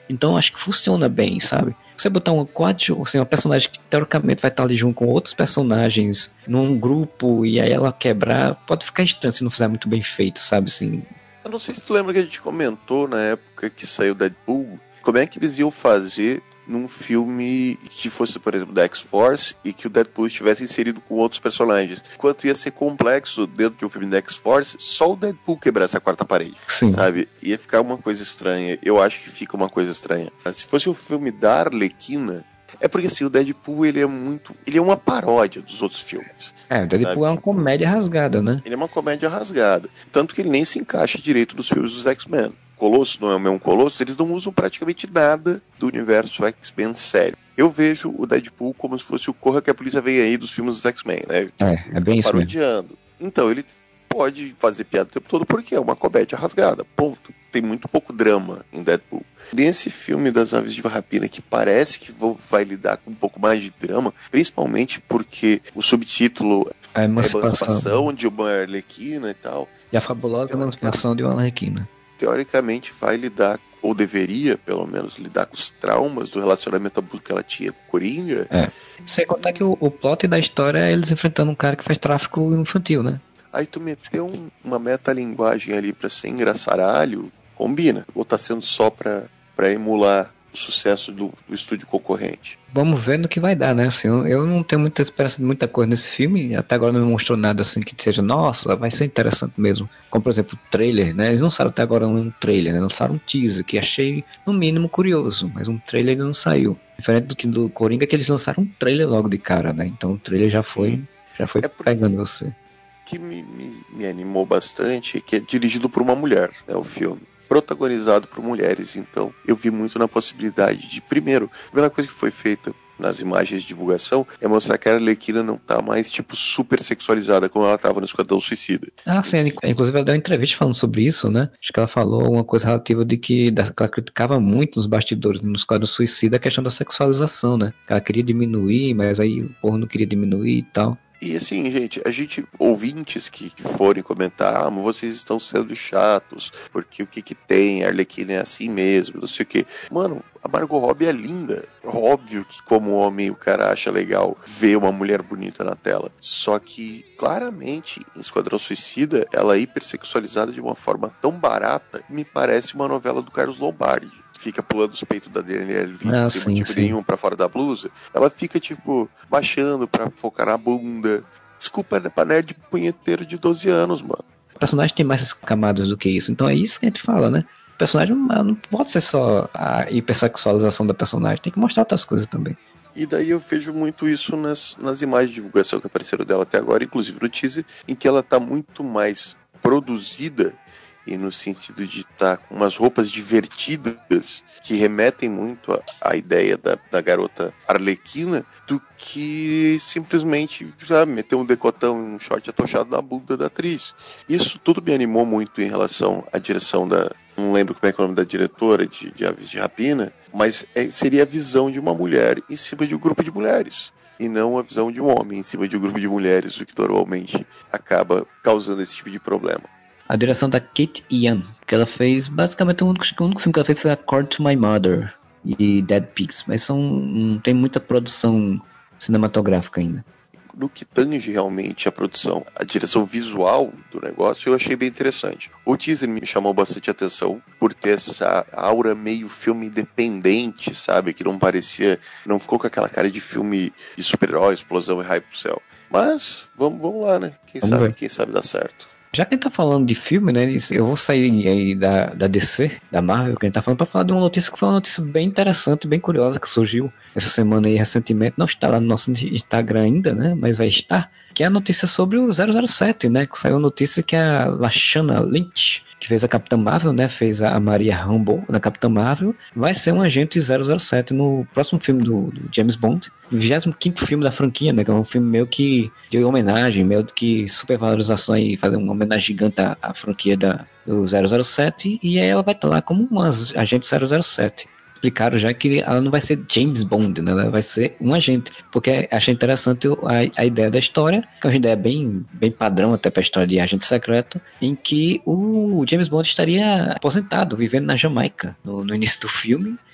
Então acho que funciona bem, sabe? Você botar uma assim, uma personagem que teoricamente vai estar ali junto com outros personagens num grupo e aí ela quebrar, pode ficar estranho se não fizer muito bem feito, sabe? Assim, Eu não sei se tu lembra que a gente comentou na época que saiu Deadpool, como é que eles iam fazer num filme que fosse, por exemplo, da X-Force e que o Deadpool estivesse inserido com outros personagens. Enquanto ia ser complexo dentro de um filme da X-Force, só o Deadpool quebrasse a quarta parede, sim. sabe? Ia ficar uma coisa estranha. Eu acho que fica uma coisa estranha. Se fosse um filme da Arlequina, é porque assim, o Deadpool ele é uma paródia dos outros filmes. O Deadpool é uma comédia rasgada, né? Ele é uma comédia rasgada. Tanto que ele nem se encaixa direito nos filmes dos X-Men. Colosso não é o mesmo Colosso, eles não usam praticamente nada do universo X-Men sério. Eu vejo o Deadpool como se fosse o Corra que a Polícia Vem Aí dos filmes dos X-Men, né? É bem isso mesmo. Parodiando. Então, ele pode fazer piada o tempo todo porque é uma comédia rasgada, ponto. Tem muito pouco drama em Deadpool. Nesse filme das Aves de Rapina, que parece que vai lidar com um pouco mais de drama, principalmente porque o subtítulo é Emancipação de uma Arlequina e tal. E a fabulosa emancipação de uma Arlequina. Teoricamente vai lidar, ou deveria pelo menos lidar com os traumas do relacionamento abusivo que ela tinha com o Coringa. Sem contar que o plot da história é eles enfrentando um cara que faz tráfico infantil, né? Aí tu meteu uma metalinguagem ali pra ser engraçaralho, combina. Ou tá sendo só pra emular o sucesso do estúdio concorrente? Vamos ver no que vai dar, né? Assim, eu não tenho muita esperança de muita coisa nesse filme. Até agora não me mostrou nada assim que seja, nossa, vai ser interessante mesmo. Como, por exemplo, o trailer, né? Eles não lançaram até agora um trailer, né? Lançaram um teaser, que achei, no mínimo, curioso. Mas um trailer ainda não saiu. Diferente do que do Coringa, que eles lançaram um trailer logo de cara, né? Então o trailer já foi pegando você. O que me animou bastante é que é dirigido por uma mulher, né? O filme. Protagonizado por mulheres, então eu vi muito na possibilidade de, primeiro, a primeira coisa que foi feita nas imagens de divulgação é mostrar que a Arlequina não tá mais, tipo, super sexualizada como ela tava no Esquadrão Suicida. Sim, inclusive ela deu uma entrevista falando sobre isso, né? Acho que ela falou uma coisa relativa de que ela criticava muito nos bastidores, no Esquadrão Suicida, a questão da sexualização, né? Que ela queria diminuir, mas aí o povo não queria diminuir e tal. E assim, gente, ouvintes que forem comentar, mas vocês estão sendo chatos, porque o que tem, a Arlequina é assim mesmo, não sei o que. Mano, a Margot Robbie é linda. Óbvio que como homem o cara acha legal ver uma mulher bonita na tela. Só que, claramente, em Esquadrão Suicida, ela é hipersexualizada de uma forma tão barata que me parece uma novela do Carlos Lombardi. Fica pulando os peitos da Danielle Elvira sem motivo nenhum pra fora da blusa. Ela fica, tipo, baixando pra focar na bunda. Desculpa, é pra nerd punheteiro de 12 anos, mano. O personagem tem mais camadas do que isso. Então é isso que a gente fala, né? O personagem não pode ser só a hipersexualização da personagem. Tem que mostrar outras coisas também. E daí eu vejo muito isso nas imagens de divulgação que apareceram dela até agora, inclusive no teaser, em que ela tá muito mais produzida e no sentido de estar com umas roupas divertidas que remetem muito à ideia da garota Arlequina do que simplesmente, sabe, meter um decotão e um short atochado na bunda da atriz. Isso tudo me animou muito em relação à direção não lembro como é que é o nome da diretora de Aves de Rapina, mas seria a visão de uma mulher em cima de um grupo de mulheres. E não a visão de um homem em cima de um grupo de mulheres, o que normalmente acaba causando esse tipo de problema. A direção da Kate Ian, que ela fez, basicamente o único filme que ela fez foi Accord to My Mother e Dead Pigs, mas não tem muita produção cinematográfica ainda. No que tange realmente a produção, a direção visual do negócio, eu achei bem interessante. O teaser me chamou bastante atenção por ter essa aura meio filme independente, sabe? Que não ficou com aquela cara de filme de super-herói, explosão e raio pro céu. Mas, vamos lá, né? Quem sabe dá certo. Já que a gente tá falando de filme, né, eu vou sair aí da DC, da Marvel, que a gente tá falando, pra falar de uma notícia que foi uma notícia bem interessante, bem curiosa, que surgiu essa semana aí recentemente, não está lá no nosso Instagram ainda, né, mas vai estar, que é a notícia sobre o 007, né, que saiu a notícia que a Lashana Lynch, que fez a Capitã Marvel, né, fez a Maria Rambeau na Capitã Marvel, vai ser um agente 007 no próximo filme do James Bond, 25º filme da franquia, né, que é um filme meio que de homenagem, meio que supervalorização aí, fazer uma homenagem gigante à franquia do 007, e aí ela vai estar lá como uma agente 007. Explicaram já que ela não vai ser James Bond, né? Ela vai ser um agente, porque achei interessante a ideia da história, que é uma ideia bem padrão até para a história de agente secreto, em que o James Bond estaria aposentado, vivendo na Jamaica no início do filme,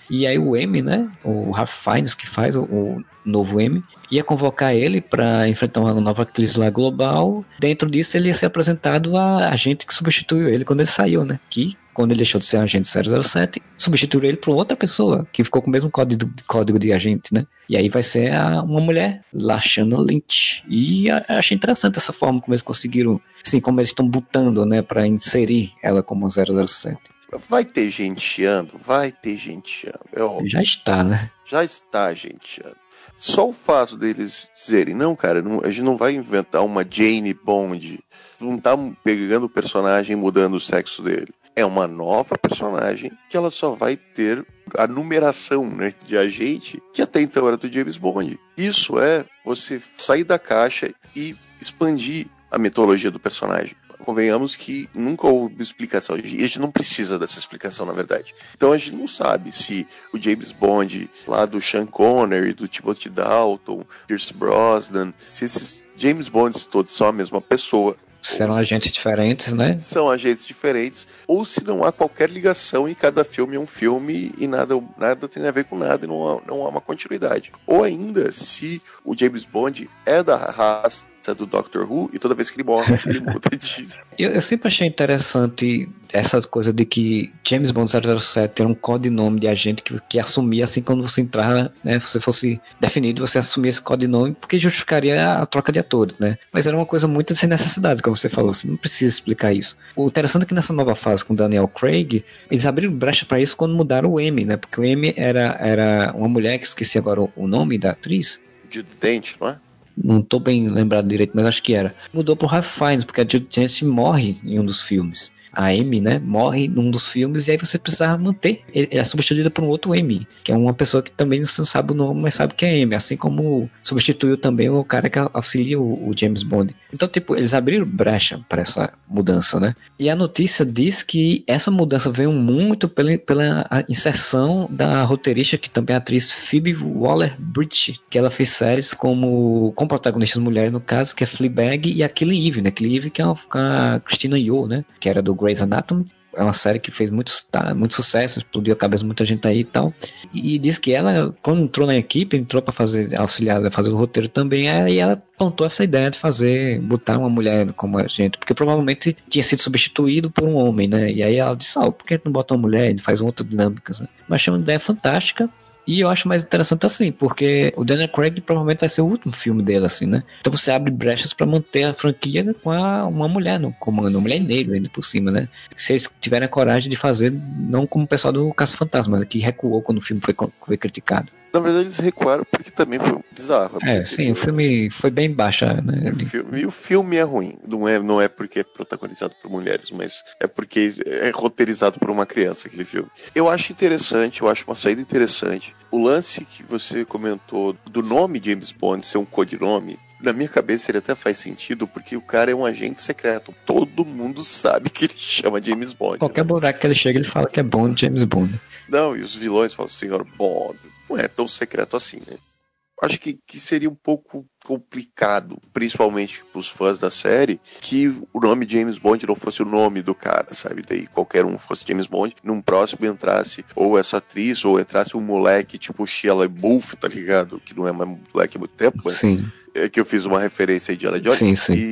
E aí o M, né, o Ralph Fiennes, que faz o novo M, ia convocar ele para enfrentar uma nova crise lá global. Dentro disso ele ia ser apresentado a agente que substituiu ele quando ele saiu, né, que quando ele deixou de ser agente 007, substituiu ele por outra pessoa, que ficou com o mesmo código de agente, né? E aí vai ser uma mulher, Lashana Lynch. E achei interessante essa forma como eles conseguiram, assim, como eles estão botando, né, para inserir ela como 007. Vai ter gente chiando? Vai ter gente chiando. Já está, né? Já está gente chiando. Só o fato deles dizerem, não, cara, a gente não vai inventar uma Jane Bond, não tá pegando o personagem e mudando o sexo dele. É uma nova personagem que ela só vai ter a numeração, né, de agente que até então era do James Bond. Isso é você sair da caixa e expandir a mitologia do personagem. Convenhamos que nunca houve explicação. E a gente não precisa dessa explicação, na verdade. Então a gente não sabe se o James Bond lá do Sean Connery, do Timothy Dalton, Pierce Brosnan, se esses James Bonds todos são a mesma pessoa. Serão agentes diferentes, né? São agentes diferentes, ou se não há qualquer ligação e cada filme é um filme e nada tem a ver com nada e não há uma continuidade. Ou ainda, se o James Bond é da raça do Doctor Who e toda vez que ele morre, ele muda de... Eu sempre achei interessante essa coisa de que James Bond 007 era um codinome de agente que assumia assim quando você entrar, né, você fosse definido, você assumia esse codinome porque justificaria a troca de atores, né? Mas era uma coisa muito sem necessidade, como você falou, você não precisa explicar isso. O interessante é que nessa nova fase com Daniel Craig, eles abriram brecha para isso quando mudaram o M, né? Porque o M era uma mulher, que esqueci agora o nome da atriz. Judy Dench, não é? Não tô bem lembrado direito, mas acho que era. Mudou pro Ralph Fiennes, porque a Judy Dench morre em um dos filmes. A Amy, né, morre num dos filmes e aí você precisava manter. Ele é substituída por um outro Amy, que é uma pessoa que também não sabe o nome, mas sabe que é Amy. Assim como substituiu também o cara que auxilia o James Bond. Então, tipo, eles abriram brecha para essa mudança, né? E a notícia diz que essa mudança veio muito pela inserção da roteirista, que também é a atriz Phoebe Waller-Bridge, que ela fez séries com protagonistas mulheres, no caso, que é Fleabag e a Killing Eve, né? Killing Eve que é a Christina Yeoh, né? Que era do Grey's Anatomy. É uma série que fez muito sucesso, explodiu a cabeça de muita gente aí e tal. E diz que ela, quando entrou na equipe, entrou para auxiliar a fazer o roteiro também, aí ela plantou essa ideia de botar uma mulher como agente, porque provavelmente tinha sido substituído por um homem, né? E aí ela disse, por que não bota uma mulher? Ele faz outra dinâmica, né? Mas achei uma ideia fantástica. E eu acho mais interessante assim, porque o Daniel Craig provavelmente vai ser o último filme dele, assim, né? Então você abre brechas pra manter a franquia com uma mulher no comando, uma mulher negra ainda por cima, né? Se eles tiverem a coragem de fazer, não como o pessoal do Caça-Fantasma, que recuou quando o filme foi criticado. Na verdade, eles recuaram porque também foi bizarro. Sim, o filme foi bem baixa, né? O filme é ruim. Não é porque é protagonizado por mulheres, mas é porque é roteirizado por uma criança, aquele filme. Eu acho interessante, eu acho uma saída interessante. O lance que você comentou do nome James Bond ser um codinome, na minha cabeça ele até faz sentido, porque o cara é um agente secreto. Todo mundo sabe que ele chama James Bond. Qualquer buraco que ele chega, ele fala que é Bond, James Bond. Não, e os vilões falam, Senhor Bond. Não é tão secreto assim, né? Acho que seria um pouco complicado, principalmente para os fãs da série, que o nome James Bond não fosse o nome do cara, sabe? Daí qualquer um fosse James Bond, num próximo entrasse ou essa atriz, ou entrasse um moleque tipo Shia LaBeouf, tá ligado? Que não é mais moleque há muito tempo, mas sim. É que eu fiz uma referência a Indiana Jones. Sim, sim.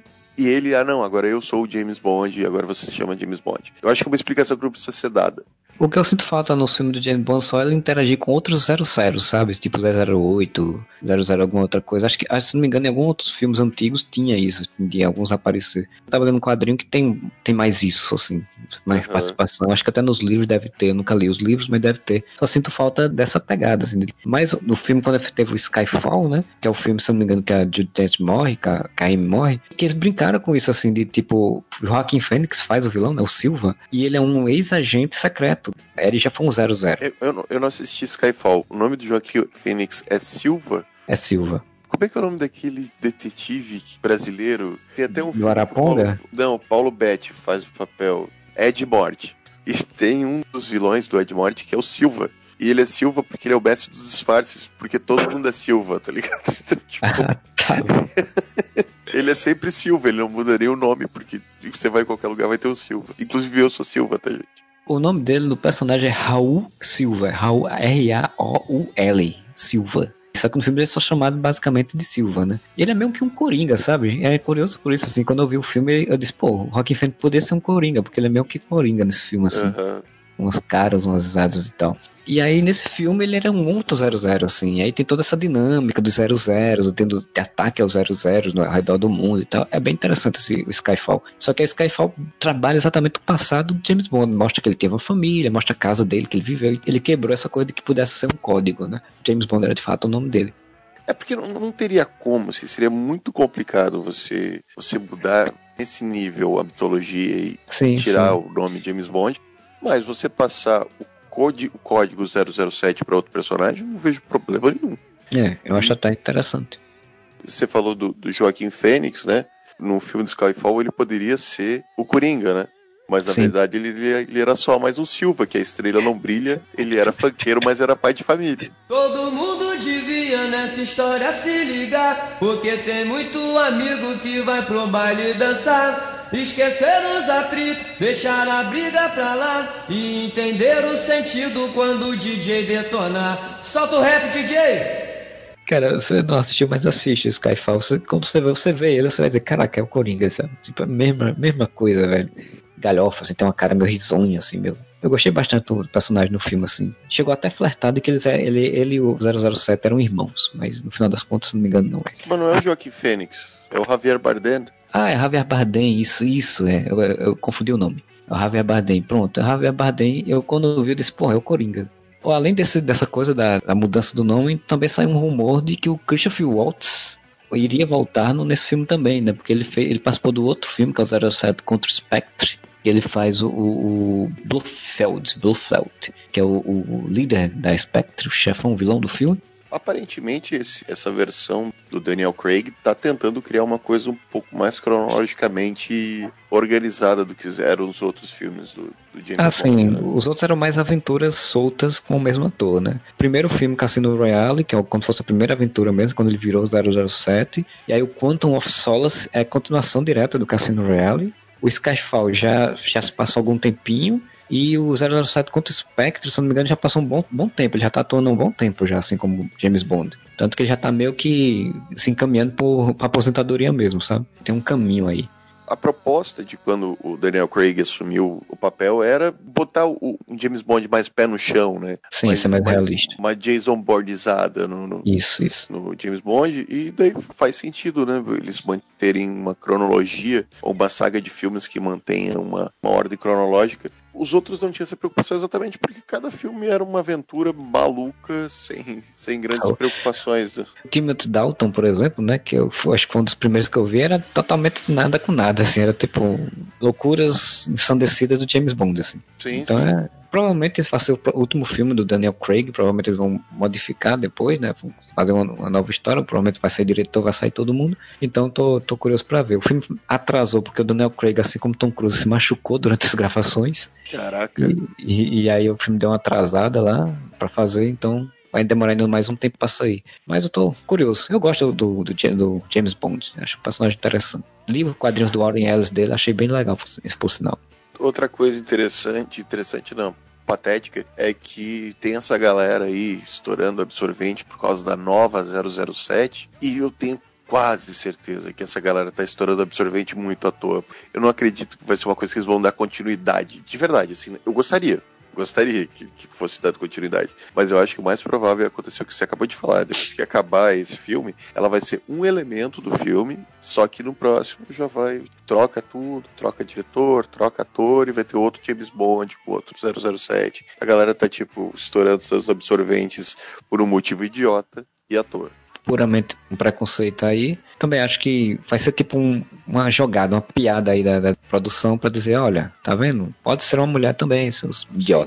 E ele, não, agora eu sou o James Bond e agora você se chama James Bond. Eu acho que é uma explicação que não precisa ser dada. O que eu sinto falta no filme do James Bond só é ele interagir com outros 00, sabe? Tipo 008, 00 alguma outra coisa. Acho que, se não me engano, em alguns outros filmes antigos tinha isso, de alguns aparecer. Eu tava lendo um quadrinho que tem mais isso, assim, mais participação. Acho que até nos livros deve ter, eu nunca li os livros, mas deve ter. Só sinto falta dessa pegada, assim. Mas no filme, quando teve o Skyfall, né? Que é o filme, se não me engano, que a Judy Dench morre, que a Amy morre, que eles brincaram com isso, assim, de tipo, o Joaquin Phoenix faz o vilão, né? O Silva, e ele é um ex-agente secreto. Ele já foi um 00. Eu não assisti Skyfall. O nome do Joaquin Phoenix é Silva? É Silva. Como é que é o nome daquele detetive brasileiro? Tem até um do Araponga? Paulo Betti faz o papel. Ed Morte. E tem um dos vilões do Ed Morte que é o Silva. E ele é Silva porque ele é o mestre dos disfarces, porque todo mundo é Silva, tá ligado? Então, tipo... Ele é sempre Silva, ele não mudaria o nome, porque você vai em qualquer lugar vai ter o Silva. Inclusive eu sou Silva, tá, gente? O nome dele, do personagem, é Raul Silva. Raul, R-A-O-U-L, Silva. Só que no filme ele é só chamado basicamente de Silva, né? E ele é meio que um coringa, sabe? É curioso por isso, assim, quando eu vi o filme, eu disse, pô, o Joaquin Phoenix poderia ser um coringa, porque ele é meio que coringa nesse filme, assim. Aham. Umas caras, umas risadas e tal. E aí, nesse filme, ele era um outro 00, assim. E aí tem toda essa dinâmica dos 00, tendo ataque aos 00 no redor do mundo e tal. É bem interessante o Skyfall. Só que a Skyfall trabalha exatamente o passado do James Bond. Mostra que ele teve uma família, mostra a casa dele, que ele viveu. Ele quebrou essa coisa de que pudesse ser um código, né? James Bond era, de fato, o nome dele. É porque não teria como, assim, seria muito complicado você mudar nesse nível a mitologia e Sim, tirar sim. o nome James Bond, mas você passar o código 007 para outro personagem, eu não vejo problema nenhum. É, eu acho até interessante. Você falou do Joaquin Phoenix, né? No filme de Skyfall ele poderia ser o Coringa, né? Mas na Sim. verdade ele era só mais um Silva, que a estrela não brilha, ele era funkeiro, mas era pai de família. Todo mundo devia nessa história se ligar, porque tem muito amigo que vai pro baile dançar. Esquecer os atritos, deixar a briga pra lá e entender o sentido quando o DJ detonar. Solta o rap, DJ! Cara, você não assistiu, mas assiste o Skyfall. Quando você vê ele, você vai dizer, caraca, é o Coringa, sabe? Tipo, a mesma coisa, velho. Galhofa, assim, tem uma cara meio risonha, assim, meu. Eu gostei bastante do personagem no filme, assim. Chegou até flertado que ele e o 007 eram irmãos, mas no final das contas, se não me engano, não é. Mas não é o Joaquin Phoenix, é o Javier Bardem. Ah, é Javier Bardem, isso, é. Eu confundi o nome. É o Javier Bardem, pronto. É o Javier Bardem, quando eu vi, eu disse, porra, é o Coringa. Além dessa coisa da mudança do nome, também saiu um rumor de que o Christoph Waltz iria voltar nesse filme também, né? Porque ele participou do outro filme, que é o 07 contra o Spectre. E ele faz o Blofeld, que é o líder da Spectre, o chefão, o vilão do filme. Aparentemente, essa versão do Daniel Craig tá tentando criar uma coisa um pouco mais cronologicamente organizada do que eram os outros filmes do James Bond. Sim, Né? os outros eram mais aventuras soltas com o mesmo ator, né? Primeiro filme, Cassino Royale, que é como se fosse a primeira aventura mesmo, quando ele virou 007. E aí o Quantum of Solace é a continuação direta do Cassino Royale. O Skyfall já se passou algum tempinho. E o 007 contra o Spectre, se não me engano, já passou um bom tempo. Ele já tá atuando um bom tempo já, assim como James Bond. Tanto que ele já tá meio que se encaminhando pra aposentadoria mesmo, sabe? Tem um caminho aí. A proposta de quando o Daniel Craig assumiu o papel era botar um James Bond mais pé no chão, né? Sim, ser mais realista. Uma Jason Bondizada Isso. no James Bond, e daí faz sentido, né? Eles manterem uma cronologia, ou uma saga de filmes que mantenha uma ordem cronológica. Os outros não tinham essa preocupação exatamente porque cada filme era uma aventura maluca, sem grandes preocupações. Né? O Timothy Dalton, por exemplo, né, que eu acho que foi um dos primeiros que eu vi, era totalmente nada com nada, assim, era tipo loucuras ensandecidas do James Bond, assim. Sim, então sim. Provavelmente esse vai ser o último filme do Daniel Craig, provavelmente eles vão modificar depois, né, vão fazer uma nova história, provavelmente vai sair diretor, vai sair todo mundo, então tô curioso pra ver. O filme atrasou porque o Daniel Craig, assim como Tom Cruise, se machucou durante as gravações. Caraca. E aí o filme deu uma atrasada lá pra fazer, então vai demorar ainda mais um tempo pra sair. Mas eu tô curioso. Eu gosto do James Bond. Acho um personagem interessante. Li os quadrinhos do Warren Ellis dele, achei bem legal, por sinal. Outra coisa interessante não, patética, é que tem essa galera aí estourando absorvente por causa da nova 007, e eu tenho quase certeza que essa galera tá estourando absorvente muito à toa. Eu não acredito que vai ser uma coisa que eles vão dar continuidade. De verdade, assim, eu gostaria que fosse dado continuidade. Mas eu acho que o mais provável é acontecer o que você acabou de falar. Depois que acabar esse filme, ela vai ser um elemento do filme, só que no próximo já vai... Troca tudo, troca diretor, troca ator e vai ter outro James Bond com outro 007. A galera tá, tipo, estourando seus absorventes por um motivo idiota e à toa. Puramente um preconceito aí. Também acho que vai ser tipo uma jogada, uma piada aí da produção pra dizer, olha, tá vendo? Pode ser uma mulher também, seus idiotas.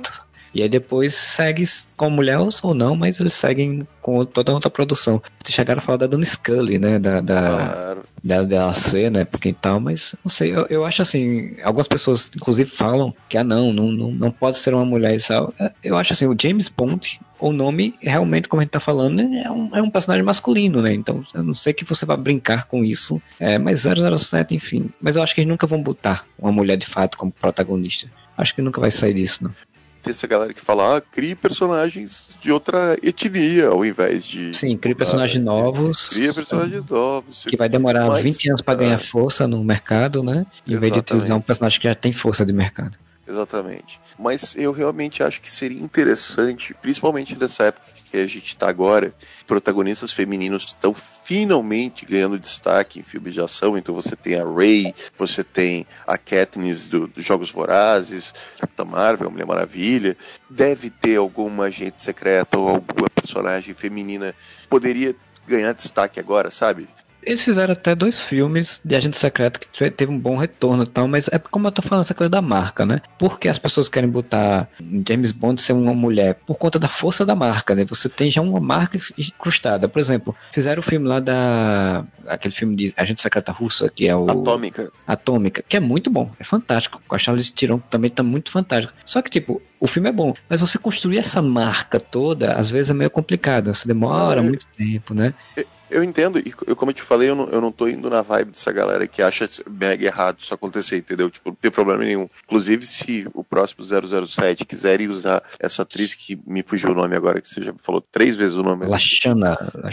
E aí depois segue com mulher ou não, mas eles seguem com toda outra produção. Chegaram a falar da Dona Scully, né? Claro. Da DLC, né? Porque tal, mas não sei, eu acho assim, algumas pessoas inclusive falam que não pode ser uma mulher e tal. Eu acho assim, o James Bond, o nome realmente, como a gente tá falando, é um personagem masculino, né? Então eu não sei que você vai brincar com isso, mas 007, enfim. Mas eu acho que eles nunca vão botar uma mulher de fato como protagonista. Acho que nunca vai sair disso, não. Tem essa galera que fala, crie personagens de outra etnia, ao invés de... Sim, crie personagens novos. Cria personagens novos. Que vai demorar 20 anos para ganhar força no mercado, né? Em vez de utilizar um personagem que já tem força de mercado. Exatamente. Mas eu realmente acho que seria interessante, principalmente nessa época que a gente está agora, protagonistas femininos estão finalmente ganhando destaque em filmes de ação. Então você tem a Rey, você tem a Katniss dos Jogos Vorazes, Capitã Marvel, Mulher Maravilha. Deve ter alguma agente secreta ou alguma personagem feminina que poderia ganhar destaque agora, sabe? Eles fizeram até 2 filmes de Agente Secreto que teve um bom retorno e tal, mas é como eu tô falando essa coisa da marca, né? Porque as pessoas querem botar James Bond ser uma mulher por conta da força da marca, né? Você tem já uma marca incrustada. Por exemplo, fizeram o filme lá aquele filme de Agente Secreta Russa, que é o... Atômica, que é muito bom, é fantástico. Com a Charlize Theron também tá muito fantástico. Só que, tipo, o filme é bom, mas você construir essa marca toda, às vezes é meio complicado. Você demora muito tempo, né? Eu entendo, e como eu te falei, eu não tô indo na vibe dessa galera que acha mega errado isso acontecer, entendeu? Tipo, não tem problema nenhum. Inclusive, se o próximo 007 quiserem usar essa atriz que me fugiu o nome agora, que você já me falou 3 vezes o nome. Lashana.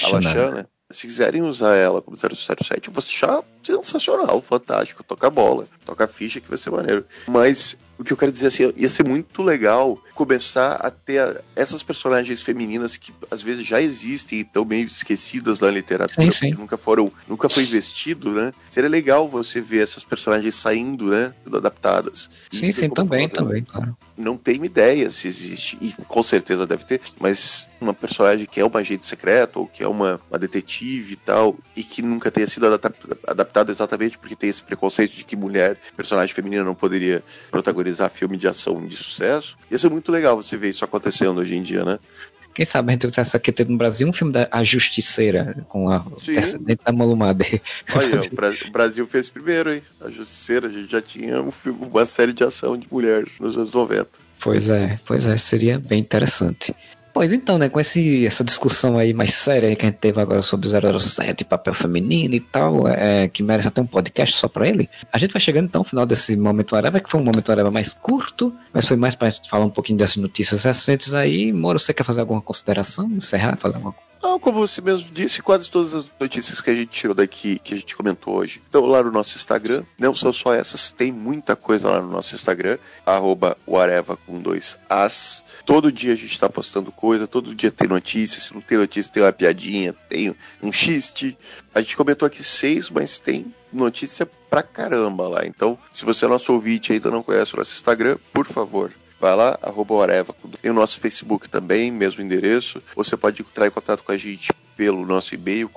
Se quiserem usar ela como 007, eu vou achar sensacional, fantástico. Toca a bola, toca a ficha, que vai ser maneiro. Mas... o que eu quero dizer assim, ia ser muito legal começar a ter essas personagens femininas que às vezes já existem e estão meio esquecidas na literatura, sim. porque nunca foi investido, né? Seria legal você ver essas personagens saindo, né? Adaptadas. Sim, também, claro. Não tenho ideia se existe, e com certeza deve ter, mas uma personagem que é uma agente secreta ou que é uma detetive e tal, e que nunca tenha sido adaptado exatamente porque tem esse preconceito de que personagem feminina não poderia protagonizar filme de ação de sucesso. Ia ser muito legal você ver isso acontecendo hoje em dia, né? Quem sabe a gente tem essa aqui no Brasil, um filme da A Justiceira, com a dentro da Malumade. Olha, o Brasil fez primeiro, hein? A Justiceira, a gente já tinha uma série de ação de mulheres nos anos 90. Pois é, seria bem interessante. Pois então, né, com essa discussão aí mais séria que a gente teve agora sobre 007, papel feminino e tal, que merece até um podcast só pra ele, a gente vai chegando então ao final desse Momento Areva, que foi um Momento Areva mais curto, mas foi mais pra gente falar um pouquinho dessas notícias recentes aí. Moro, você quer fazer alguma consideração? Encerrar? Fazer alguma coisa? Não, como você mesmo disse, quase todas as notícias que a gente tirou daqui, que a gente comentou hoje, estão lá no nosso Instagram. Não são só essas, tem muita coisa lá no nosso Instagram, @areva com 2 As. Todo dia a gente tá postando coisa, todo dia tem notícia. Se não tem notícia, tem uma piadinha, tem um xiste. A gente comentou aqui 6, mas tem notícia pra caramba lá. Então, se você é nosso ouvinte e ainda não conhece o nosso Instagram, por favor, vai lá, @areva. Tem o nosso Facebook também, mesmo endereço. Você pode entrar em contato com a gente pelo nosso e-mail,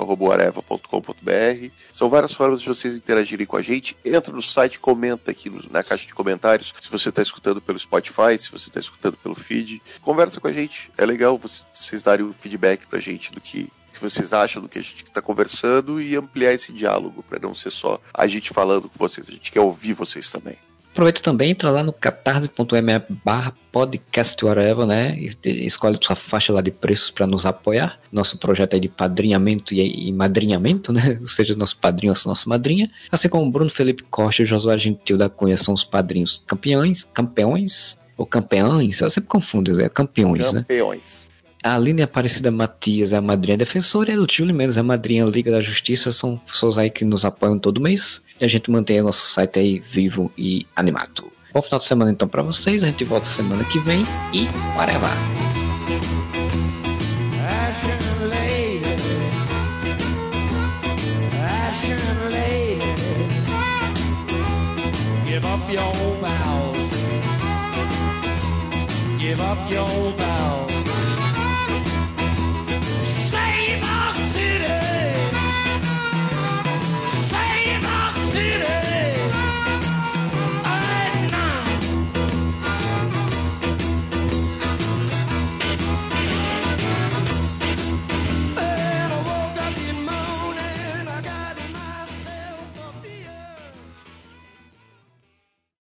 contato@areva.com.br. São várias formas de vocês interagirem com a gente. Entra no site, comenta aqui na caixa de comentários. Se você está escutando pelo Spotify, se você está escutando pelo feed, conversa com a gente. É legal vocês darem um feedback pra gente do que vocês acham do que a gente está conversando e ampliar esse diálogo, para não ser só a gente falando com vocês. A gente quer ouvir vocês também. Aproveita também, entra lá no catarse.me/podcastwhatever, né? E escolhe sua faixa lá de preços para nos apoiar. Nosso projeto aí de padrinhamento e madrinhamento, né? Ou seja, nosso padrinho ou nossa madrinha. Assim como Bruno Felipe Costa e Josué Gentil da Cunha são os padrinhos campeões, ou campeões, eu sempre confundo, campeões, né? A Aline Aparecida Matias é a madrinha defensora e a Júlio Mendes é a madrinha Liga da Justiça. São pessoas aí que nos apoiam todo mês e a gente mantém o nosso site aí vivo e animado. Bom final de semana então pra vocês, a gente volta semana que vem e whatever! Give up your vows. Give up your vows.